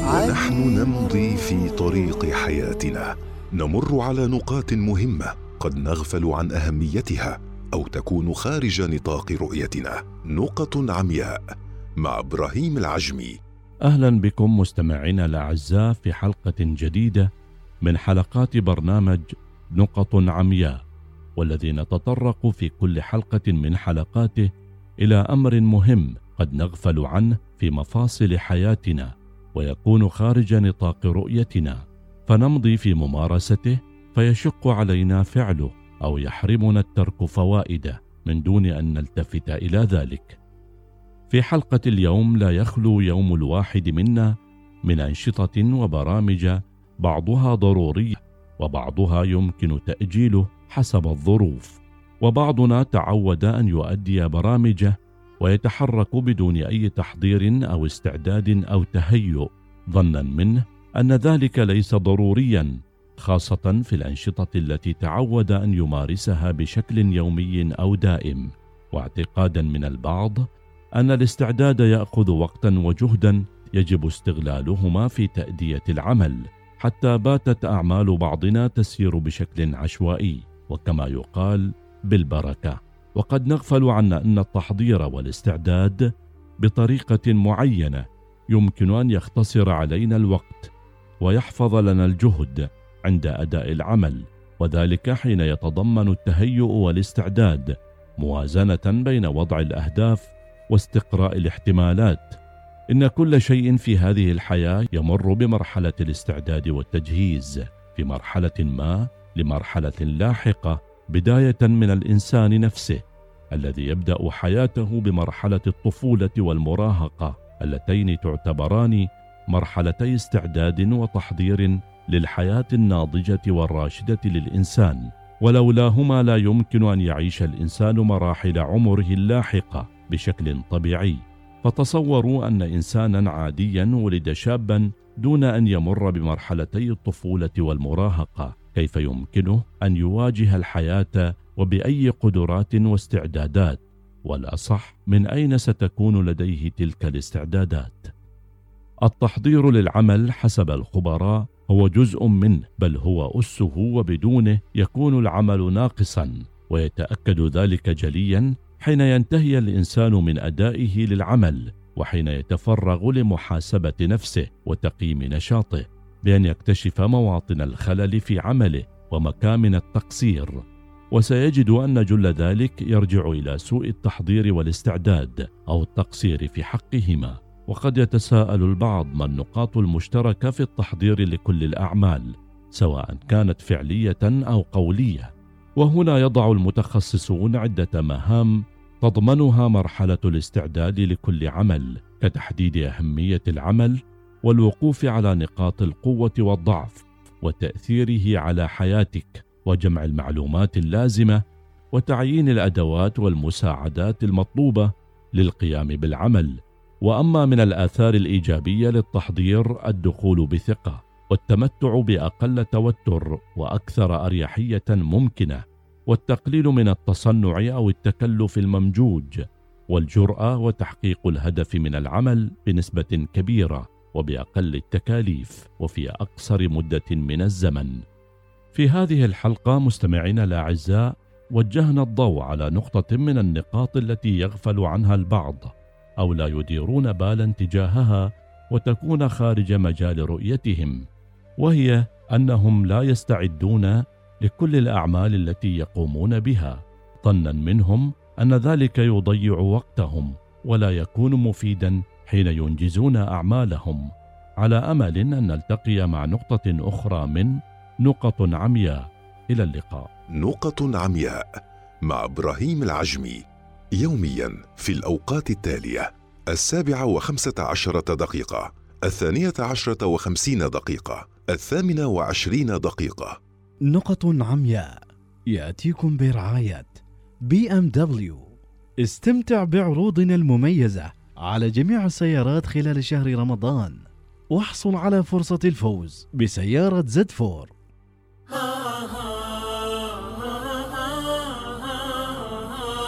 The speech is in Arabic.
ونحن نمضي في طريق حياتنا نمر على نقاط مهمة قد نغفل عن أهميتها أو تكون خارج نطاق رؤيتنا. نقط عمياء مع إبراهيم العجمي. أهلا بكم مستمعينا الأعزاء في حلقة جديدة من حلقات برنامج نقط عمياء، والذي نتطرق في كل حلقة من حلقاته إلى أمر مهم قد نغفل عنه في مفاصل حياتنا ويكون خارج نطاق رؤيتنا، فنمضي في ممارسته فيشق علينا فعله أو يحرمنا الترك فوائده من دون أن نلتفت إلى ذلك. في حلقة اليوم لا يخلو يوم الواحد منا من أنشطة وبرامج بعضها ضروري وبعضها يمكن تأجيله حسب الظروف، وبعضنا تعود أن يؤدي برامجه ويتحرك بدون أي تحضير أو استعداد أو تهيؤ، ظنا منه أن ذلك ليس ضروريا، خاصة في الأنشطة التي تعود أن يمارسها بشكل يومي أو دائم، واعتقادا من البعض أن الاستعداد يأخذ وقتا وجهدا يجب استغلالهما في تأدية العمل، حتى باتت أعمال بعضنا تسير بشكل عشوائي وكما يقال بالبركة. وقد نغفل عن أن التحضير والاستعداد بطريقة معينة يمكن أن يختصر علينا الوقت ويحفظ لنا الجهد عند أداء العمل، وذلك حين يتضمن التهيؤ والاستعداد موازنة بين وضع الأهداف واستقراء الاحتمالات. إن كل شيء في هذه الحياة يمر بمرحلة الاستعداد والتجهيز في مرحلة ما لمرحلة لاحقة، بداية من الإنسان نفسه الذي يبدأ حياته بمرحلة الطفولة والمراهقة، اللتين تعتبران مرحلتي استعداد وتحضير للحياة الناضجة والراشدة للإنسان، ولولاهما لا يمكن أن يعيش الإنسان مراحل عمره اللاحقة بشكل طبيعي. فتصوروا أن إنسانا عاديا ولد شابا دون أن يمر بمرحلتي الطفولة والمراهقة، كيف يمكنه أن يواجه الحياة وبأي قدرات واستعدادات؟ والأصح من أين ستكون لديه تلك الاستعدادات؟ التحضير للعمل حسب الخبراء هو جزء منه، بل هو أسه، وبدونه يكون العمل ناقصا، ويتأكد ذلك جليا حين ينتهي الإنسان من أدائه للعمل، وحين يتفرغ لمحاسبة نفسه وتقييم نشاطه، بأن يكتشف مواطن الخلل في عمله ومكامن التقصير، وسيجد أن جل ذلك يرجع إلى سوء التحضير والاستعداد أو التقصير في حقهما. وقد يتساءل البعض ما النقاط المشتركة في التحضير لكل الأعمال سواء كانت فعلية أو قولية، وهنا يضع المتخصصون عدة مهام تضمنها مرحلة الاستعداد لكل عمل، كتحديد أهمية العمل والوقوف على نقاط القوة والضعف وتأثيره على حياتك، وجمع المعلومات اللازمة وتعيين الأدوات والمساعدات المطلوبة للقيام بالعمل. وأما من الآثار الإيجابية للتحضير الدخول بثقة والتمتع بأقل توتر وأكثر أريحية ممكنة، والتقليل من التصنع أو التكلف الممجوج، والجرأة وتحقيق الهدف من العمل بنسبة كبيرة وبأقل التكاليف وفي أقصر مدة من الزمن. في هذه الحلقة مستمعينا الأعزاء وجهنا الضوء على نقطة من النقاط التي يغفل عنها البعض أو لا يديرون بالا تجاهها وتكون خارج مجال رؤيتهم، وهي أنهم لا يستعدون لكل الأعمال التي يقومون بها، ظنا منهم أن ذلك يضيع وقتهم ولا يكون مفيدا حين ينجزون أعمالهم. على أمل أن نلتقي مع نقطة أخرى من نقط عمياء. إلى اللقاء. نقط عمياء مع إبراهيم العجمي، يوميا في الأوقات التالية: 7:15 12:50 8:20 نقط عمياء يأتيكم برعاية BMW. استمتع بعروضنا المميزة على جميع السيارات خلال شهر رمضان، واحصل على فرصة الفوز بسيارة Z4